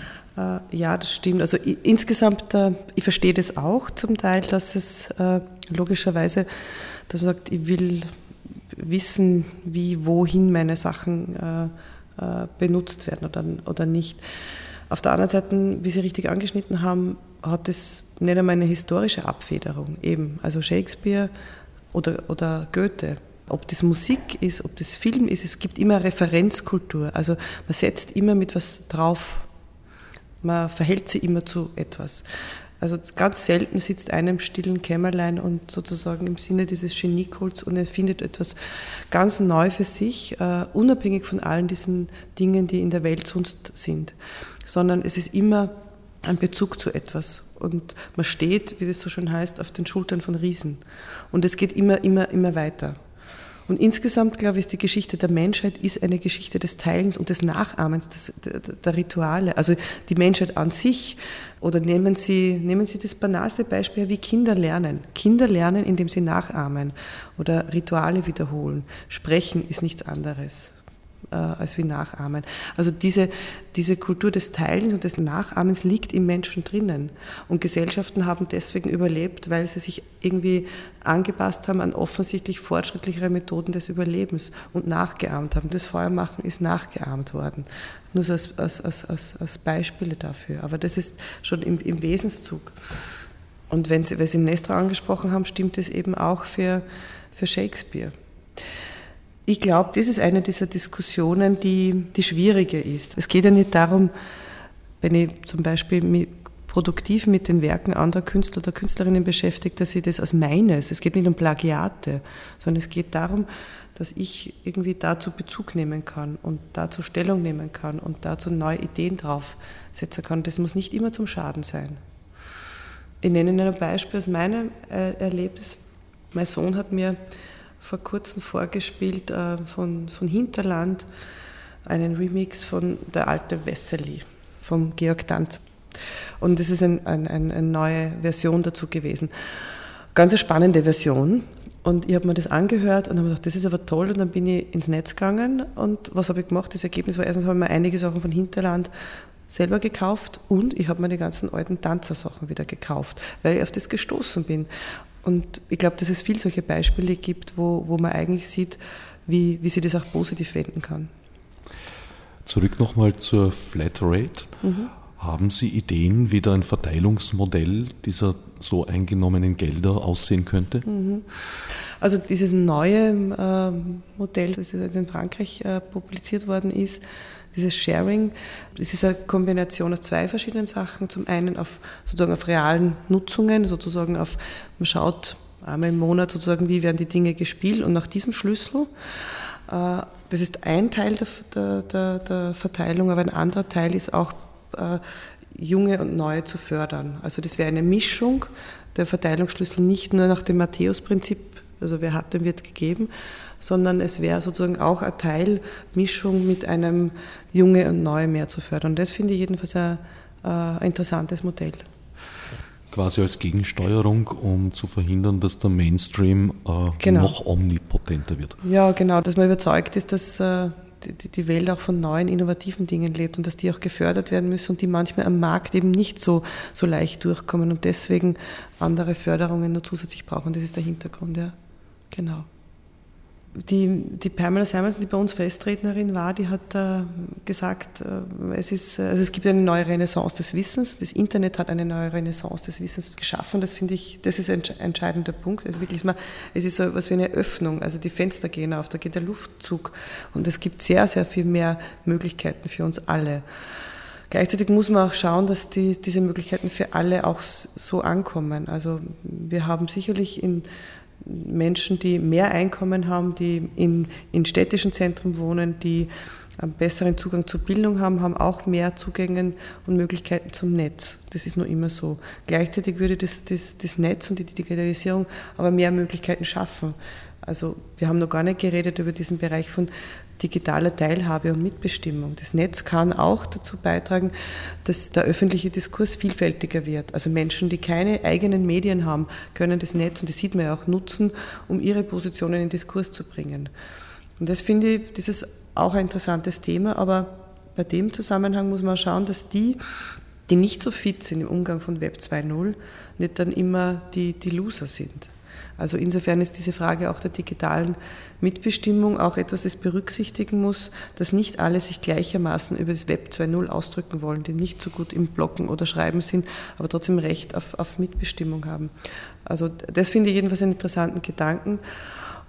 Ja, das stimmt. Also insgesamt, ich verstehe das auch zum Teil, dass es logischerweise, dass man sagt, ich will wissen, wohin meine Sachen benutzt werden oder nicht. Auf der anderen Seite, wie Sie richtig angeschnitten haben, hat es nicht einmal eine historische Abfederung eben. Also Shakespeare oder Goethe. Ob das Musik ist, ob das Film ist, es gibt immer Referenzkultur. Also man setzt immer mit was drauf, man verhält sich immer zu etwas. Also ganz selten sitzt einer im stillen Kämmerlein und sozusagen im Sinne dieses Geniekults und er findet etwas ganz neu für sich, unabhängig von allen diesen Dingen, die in der Welt sonst sind, sondern es ist immer ein Bezug zu etwas. Und man steht, wie das so schön heißt, auf den Schultern von Riesen. Und es geht immer weiter. Und insgesamt, glaube ich, ist die Geschichte der Menschheit ist eine Geschichte des Teilens und des Nachahmens der Rituale. Also die Menschheit an sich, oder nehmen Sie das banalste Beispiel, wie Kinder lernen. Kinder lernen, indem sie nachahmen oder Rituale wiederholen. Sprechen ist nichts anderes als wie nachahmen. Also diese Kultur des Teilens und des Nachahmens liegt im Menschen drinnen. Und Gesellschaften haben deswegen überlebt, weil sie sich irgendwie angepasst haben an offensichtlich fortschrittlichere Methoden des Überlebens und nachgeahmt haben. Das Feuermachen ist nachgeahmt worden. Nur so als Beispiele dafür. Aber das ist schon im Wesenszug. Und weil Sie Nestor angesprochen haben, stimmt es eben auch für Shakespeare. Ich glaube, das ist eine dieser Diskussionen, die schwierige ist. Es geht ja nicht darum, wenn ich zum Beispiel produktiv mit den Werken anderer Künstler oder Künstlerinnen beschäftige, dass ich das als meines, es geht nicht um Plagiate, sondern es geht darum, dass ich irgendwie dazu Bezug nehmen kann und dazu Stellung nehmen kann und dazu neue Ideen draufsetzen kann. Das muss nicht immer zum Schaden sein. Ich nenne Ihnen ein Beispiel aus meinem Erlebnis. Mein Sohn hat mir vor kurzem vorgespielt von Hinterland einen Remix von Der alte Wessely vom Georg Danz. Und das ist eine neue Version dazu gewesen. Ganz eine spannende Version. Und ich habe mir das angehört und habe gedacht, das ist aber toll. Und dann bin ich ins Netz gegangen und was habe ich gemacht? Das Ergebnis war, erstens habe ich mir einige Sachen von Hinterland selber gekauft und ich habe mir die ganzen alten Tanzersachen wieder gekauft, weil ich auf das gestoßen bin. Und ich glaube, dass es viele solche Beispiele gibt, wo man eigentlich sieht, wie sie das auch positiv wenden kann. Zurück nochmal zur Flatrate. Haben Sie Ideen, wie da ein Verteilungsmodell dieser so eingenommenen Gelder aussehen könnte? Also dieses neue Modell, das jetzt in Frankreich publiziert worden ist, dieses Sharing, das ist eine Kombination aus zwei verschiedenen Sachen. Zum einen auf realen Nutzungen, man schaut einmal im Monat wie werden die Dinge gespielt und nach diesem Schlüssel. Das ist ein Teil der Verteilung, aber ein anderer Teil ist auch Junge und Neue zu fördern. Also das wäre eine Mischung der Verteilungsschlüssel, nicht nur nach dem Matthäus-Prinzip, also wer hat, dem wird gegeben, sondern es wäre sozusagen auch eine Teilmischung mit einem Junge und Neue mehr zu fördern. Das finde ich jedenfalls ein interessantes Modell. Quasi als Gegensteuerung, um zu verhindern, dass der Mainstream noch omnipotenter wird. Ja, genau, dass man überzeugt ist, dass die Welt auch von neuen, innovativen Dingen lebt und dass die auch gefördert werden müssen und die manchmal am Markt eben nicht so leicht durchkommen und deswegen andere Förderungen nur zusätzlich brauchen. Das ist der Hintergrund, ja. Genau. Die Pamela Simonson, die bei uns Festrednerin war, die hat gesagt, es gibt eine neue Renaissance des Wissens. Das Internet hat eine neue Renaissance des Wissens geschaffen. Das finde ich, das ist ein entscheidender Punkt. Es ist so etwas wie eine Öffnung. Also die Fenster gehen auf, da geht der Luftzug und es gibt sehr, sehr viel mehr Möglichkeiten für uns alle. Gleichzeitig muss man auch schauen, dass diese Möglichkeiten für alle auch so ankommen. Also wir haben sicherlich Menschen, die mehr Einkommen haben, die in städtischen Zentren wohnen, die einen besseren Zugang zur Bildung haben auch mehr Zugänge und Möglichkeiten zum Netz. Das ist nur immer so. Gleichzeitig würde das Netz und die Digitalisierung aber mehr Möglichkeiten schaffen. Also wir haben noch gar nicht geredet über diesen Bereich von digitaler Teilhabe und Mitbestimmung. Das Netz kann auch dazu beitragen, dass der öffentliche Diskurs vielfältiger wird. Also Menschen, die keine eigenen Medien haben, können das Netz, und das sieht man ja auch, nutzen, um ihre Positionen in den Diskurs zu bringen. Und das finde ich, das ist auch ein interessantes Thema, aber bei dem Zusammenhang muss man schauen, dass die nicht so fit sind im Umgang von Web 2.0, nicht dann immer die Loser sind. Also insofern ist diese Frage auch der digitalen Mitbestimmung auch etwas, das berücksichtigen muss, dass nicht alle sich gleichermaßen über das Web 2.0 ausdrücken wollen, die nicht so gut im Bloggen oder Schreiben sind, aber trotzdem Recht auf Mitbestimmung haben. Also das finde ich jedenfalls einen interessanten Gedanken.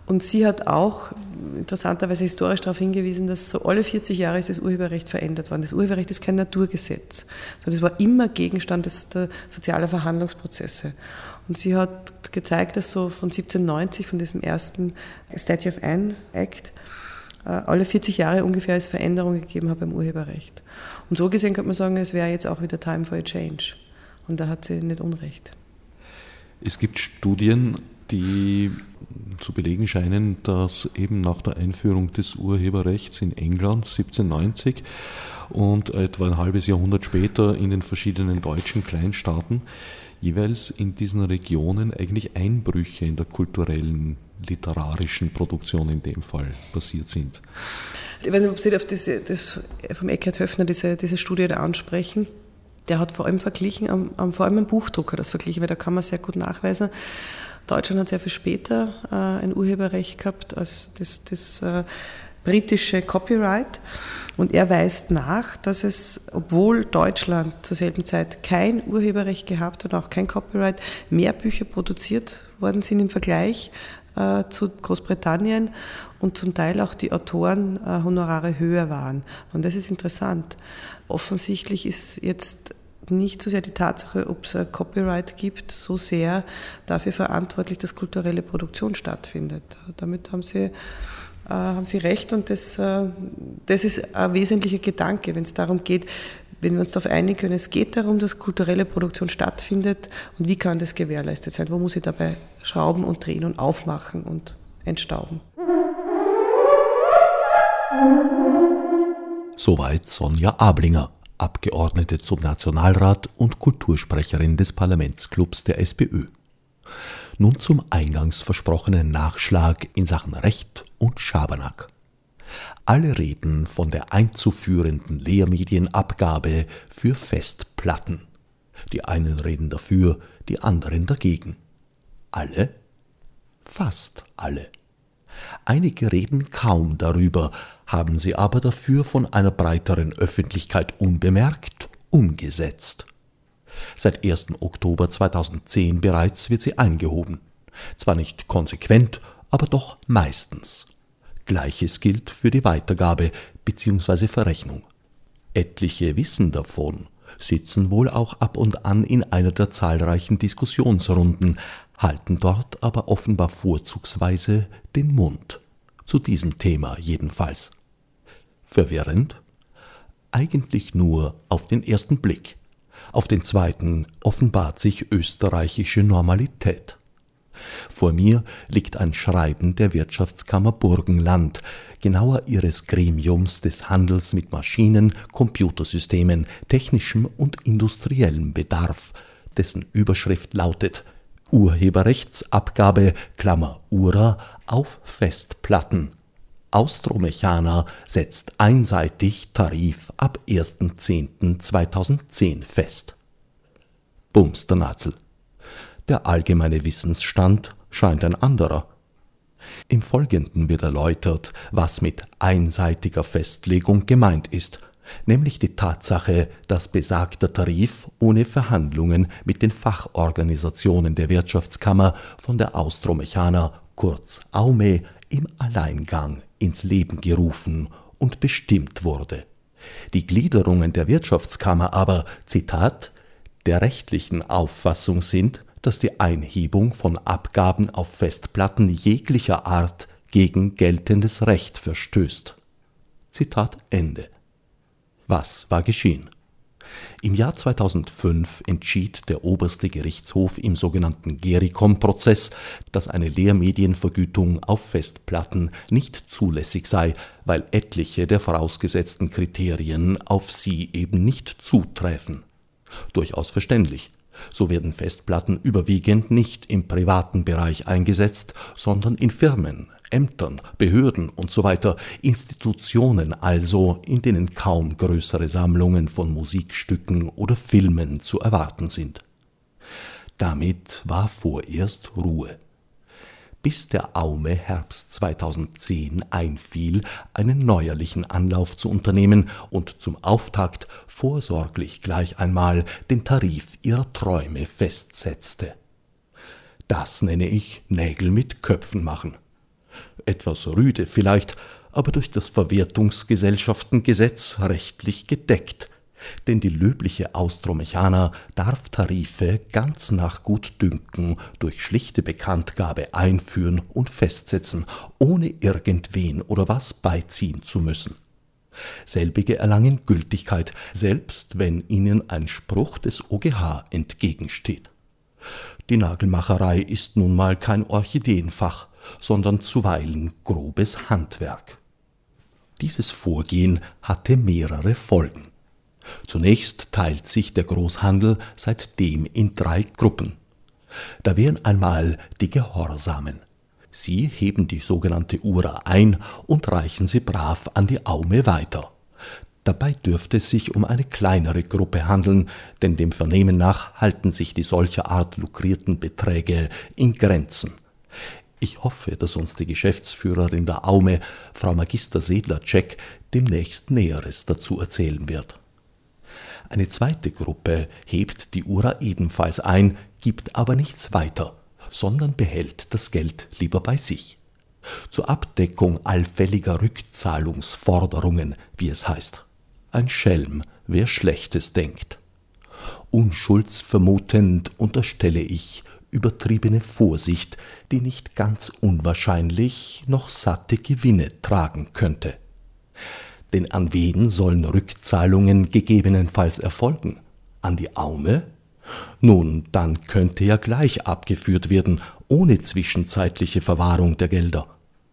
Und sie hat auch interessanterweise historisch darauf hingewiesen, dass so alle 40 Jahre ist das Urheberrecht verändert worden. Das Urheberrecht ist kein Naturgesetz, sondern es war immer Gegenstand der sozialen Verhandlungsprozesse. Und sie hat gezeigt, dass so von 1790, von diesem ersten Statute of Anne Act, alle 40 Jahre ungefähr es Veränderungen gegeben hat beim Urheberrecht. Und so gesehen könnte man sagen, es wäre jetzt auch wieder time for a change. Und da hat sie nicht Unrecht. Es gibt Studien, die zu belegen scheinen, dass eben nach der Einführung des Urheberrechts in England 1790 und etwa ein halbes Jahrhundert später in den verschiedenen deutschen Kleinstaaten jeweils in diesen Regionen eigentlich Einbrüche in der kulturellen, literarischen Produktion in dem Fall passiert sind. Ich weiß nicht, ob Sie auf das vom Eckhard Höffner diese Studie da ansprechen. Der hat vor allem verglichen, vor allem einen Buchdrucker das verglichen, weil da kann man sehr gut nachweisen. Deutschland hat sehr viel später ein Urheberrecht gehabt als das britische Copyright. Und er weist nach, dass es, obwohl Deutschland zur selben Zeit kein Urheberrecht gehabt hat und auch kein Copyright, mehr Bücher produziert worden sind im Vergleich zu Großbritannien und zum Teil auch die Autorenhonorare höher waren. Und das ist interessant. Offensichtlich ist jetzt nicht so sehr die Tatsache, ob es ein Copyright gibt, so sehr dafür verantwortlich, dass kulturelle Produktion stattfindet. Damit haben Sie recht und das ist ein wesentlicher Gedanke, wenn es darum geht, wenn wir uns darauf einigen können, es geht darum, dass kulturelle Produktion stattfindet und wie kann das gewährleistet sein? Wo muss ich dabei schrauben und drehen und aufmachen und entstauben? Soweit Sonja Ablinger, Abgeordnete zum Nationalrat und Kultursprecherin des Parlamentsclubs der SPÖ. Nun zum eingangs versprochenen Nachschlag in Sachen Recht und Schabernack. Alle reden von der einzuführenden Lehrmedienabgabe für Festplatten. Die einen reden dafür, die anderen dagegen. Alle? Fast alle. Einige reden kaum darüber, haben sie aber dafür von einer breiteren Öffentlichkeit unbemerkt umgesetzt. Seit 1. Oktober 2010 bereits wird sie eingehoben. Zwar nicht konsequent, aber doch meistens. Gleiches gilt für die Weitergabe bzw. Verrechnung. Etliche wissen davon, sitzen wohl auch ab und an in einer der zahlreichen Diskussionsrunden, halten dort aber offenbar vorzugsweise den Mund. Zu diesem Thema jedenfalls. Verwirrend? Eigentlich nur auf den ersten Blick. Auf den zweiten offenbart sich österreichische Normalität. Vor mir liegt ein Schreiben der Wirtschaftskammer Burgenland, genauer ihres Gremiums des Handels mit Maschinen, Computersystemen, technischem und industriellem Bedarf, dessen Überschrift lautet Urheberrechtsabgabe (URA) auf Festplatten. Austromechaner setzt einseitig Tarif ab 1.10.2010 fest. Bums der Natzel. Der allgemeine Wissensstand scheint ein anderer. Im Folgenden wird erläutert, was mit einseitiger Festlegung gemeint ist, nämlich die Tatsache, dass besagter Tarif ohne Verhandlungen mit den Fachorganisationen der Wirtschaftskammer von der Austromechaner, kurz AUME, im Alleingang ins Leben gerufen und bestimmt wurde. Die Gliederungen der Wirtschaftskammer aber, Zitat, der rechtlichen Auffassung sind, dass die Einhebung von Abgaben auf Festplatten jeglicher Art gegen geltendes Recht verstößt. Zitat Ende. Was war geschehen? Im Jahr 2005 entschied der oberste Gerichtshof im sogenannten Gericom-Prozess, dass eine Lehrmedienvergütung auf Festplatten nicht zulässig sei, weil etliche der vorausgesetzten Kriterien auf sie eben nicht zutreffen. Durchaus verständlich. So werden Festplatten überwiegend nicht im privaten Bereich eingesetzt, sondern in Firmen, Ämtern, Behörden usw., Institutionen also, in denen kaum größere Sammlungen von Musikstücken oder Filmen zu erwarten sind. Damit war vorerst Ruhe. Bis der AUME Herbst 2010 einfiel, einen neuerlichen Anlauf zu unternehmen und zum Auftakt vorsorglich gleich einmal den Tarif ihrer Träume festsetzte. Das nenne ich Nägel mit Köpfen machen. Etwas rüde vielleicht, aber durch das Verwertungsgesellschaftengesetz rechtlich gedeckt. Denn die löbliche Austromechaner darf Tarife ganz nach Gutdünken durch schlichte Bekanntgabe einführen und festsetzen, ohne irgendwen oder was beiziehen zu müssen. Selbige erlangen Gültigkeit, selbst wenn ihnen ein Spruch des OGH entgegensteht. Die Nagelmacherei ist nun mal kein Orchideenfach, sondern zuweilen grobes Handwerk. Dieses Vorgehen hatte mehrere Folgen. Zunächst teilt sich der Großhandel seitdem in 3 Gruppen. Da wären einmal die Gehorsamen. Sie heben die sogenannte Ura ein und reichen sie brav an die Aume weiter. Dabei dürfte es sich um eine kleinere Gruppe handeln, denn dem Vernehmen nach halten sich die solcherart lukrierten Beträge in Grenzen. Ich hoffe, dass uns die Geschäftsführerin der Aume, Frau Magister Sedlacek, demnächst Näheres dazu erzählen wird. Eine zweite Gruppe hebt die Ura ebenfalls ein, gibt aber nichts weiter, sondern behält das Geld lieber bei sich. Zur Abdeckung allfälliger Rückzahlungsforderungen, wie es heißt. Ein Schelm, wer Schlechtes denkt. Unschuldsvermutend unterstelle ich übertriebene Vorsicht, die nicht ganz unwahrscheinlich noch satte Gewinne tragen könnte. Denn an wen sollen Rückzahlungen gegebenenfalls erfolgen? An die Aume? Nun, dann könnte ja gleich abgeführt werden, ohne zwischenzeitliche Verwahrung der Gelder.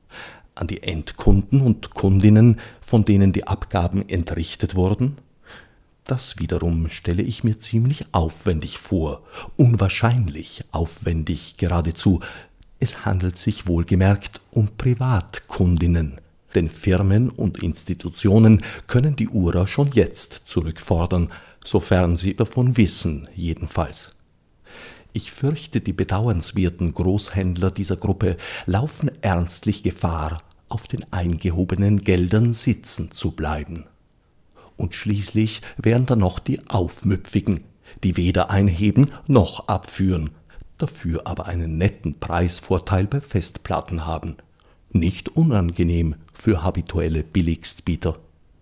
An die Endkunden und Kundinnen, von denen die Abgaben entrichtet wurden? Das wiederum stelle ich mir ziemlich aufwendig vor, unwahrscheinlich aufwendig geradezu. Es handelt sich wohlgemerkt um Privatkundinnen. Denn Firmen und Institutionen können die Ura schon jetzt zurückfordern, sofern sie davon wissen, jedenfalls. Ich fürchte, die bedauernswerten Großhändler dieser Gruppe laufen ernstlich Gefahr, auf den eingehobenen Geldern sitzen zu bleiben. Und schließlich wären da noch die Aufmüpfigen, die weder einheben noch abführen, dafür aber einen netten Preisvorteil bei Festplatten haben. Nicht unangenehm für habituelle Billigstbieter.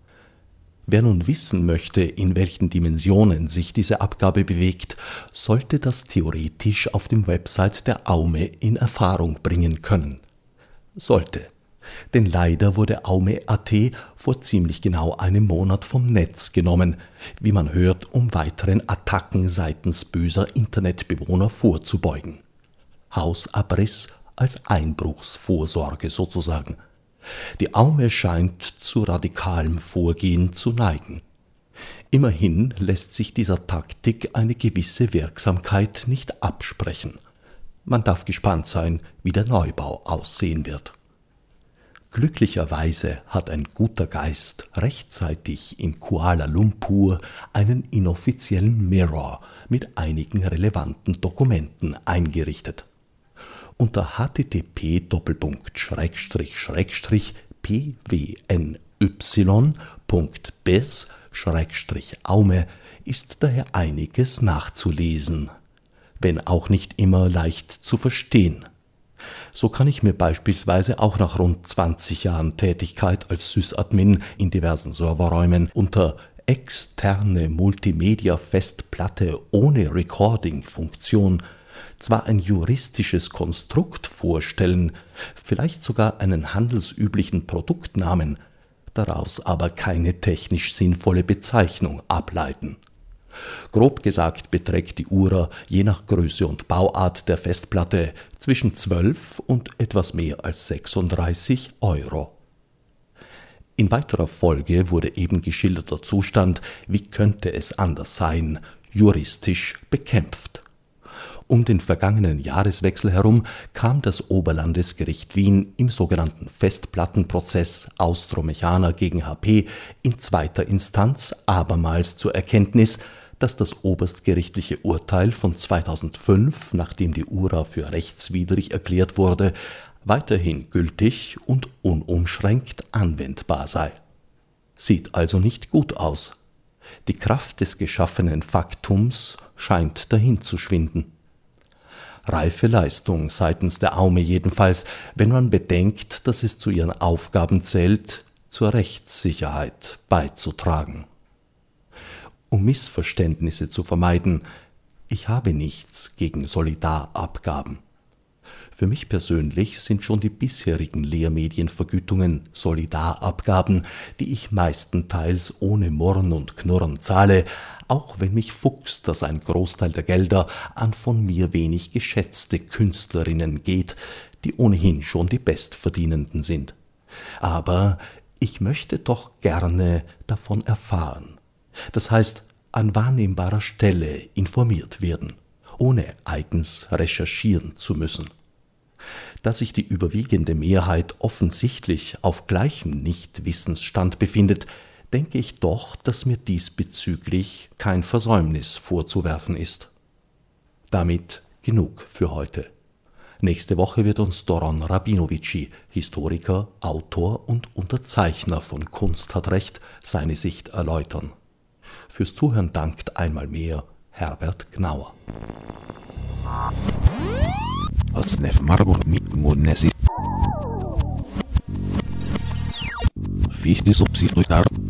Wer nun wissen möchte, in welchen Dimensionen sich diese Abgabe bewegt, sollte das theoretisch auf dem Website der Aume in Erfahrung bringen können. Sollte. Denn leider wurde Aume.at vor ziemlich genau einem Monat vom Netz genommen, wie man hört, um weiteren Attacken seitens böser Internetbewohner vorzubeugen. Hausabriss als Einbruchsvorsorge sozusagen. Die Aume scheint zu radikalem Vorgehen zu neigen. Immerhin lässt sich dieser Taktik eine gewisse Wirksamkeit nicht absprechen. Man darf gespannt sein, wie der Neubau aussehen wird. Glücklicherweise hat ein guter Geist rechtzeitig in Kuala Lumpur einen inoffiziellen Mirror mit einigen relevanten Dokumenten eingerichtet. Unter http://pwny.biz/aume ist daher einiges nachzulesen, wenn auch nicht immer leicht zu verstehen. So kann ich mir beispielsweise auch nach rund 20 Jahren Tätigkeit als Sysadmin in diversen Serverräumen unter externe Multimedia-Festplatte ohne Recording-Funktion zwar ein juristisches Konstrukt vorstellen, vielleicht sogar einen handelsüblichen Produktnamen, daraus aber keine technisch sinnvolle Bezeichnung ableiten. Grob gesagt beträgt die Ura je nach Größe und Bauart der Festplatte zwischen 12 und etwas mehr als 36 €. In weiterer Folge wurde eben geschilderter Zustand, wie könnte es anders sein, juristisch bekämpft. Um den vergangenen Jahreswechsel herum kam das Oberlandesgericht Wien im sogenannten Festplattenprozess Austromechaner gegen HP in zweiter Instanz abermals zur Erkenntnis, dass das oberstgerichtliche Urteil von 2005, nachdem die Ura für rechtswidrig erklärt wurde, weiterhin gültig und unumschränkt anwendbar sei. Sieht also nicht gut aus. Die Kraft des geschaffenen Faktums scheint dahin zu schwinden. Reife Leistung seitens der Aume jedenfalls, wenn man bedenkt, dass es zu ihren Aufgaben zählt, zur Rechtssicherheit beizutragen. Um Missverständnisse zu vermeiden, ich habe nichts gegen Solidarabgaben. Für mich persönlich sind schon die bisherigen Lehrmedienvergütungen Solidarabgaben, die ich meistenteils ohne Murren und Knurren zahle, auch wenn mich fuchst, dass ein Großteil der Gelder an von mir wenig geschätzte Künstlerinnen geht, die ohnehin schon die Bestverdienenden sind. Aber ich möchte doch gerne davon erfahren. Das heißt, an wahrnehmbarer Stelle informiert werden, ohne eigens recherchieren zu müssen. Da sich die überwiegende Mehrheit offensichtlich auf gleichem Nichtwissensstand befindet, denke ich doch, dass mir diesbezüglich kein Versäumnis vorzuwerfen ist. Damit genug für heute. Nächste Woche wird uns Doron Rabinovici, Historiker, Autor und Unterzeichner von Kunst hat Recht, seine Sicht erläutern. Fürs Zuhören dankt einmal mehr Herbert Gnauer. Als Nef Margot mit Monesi. Fichtes Obsidruitar.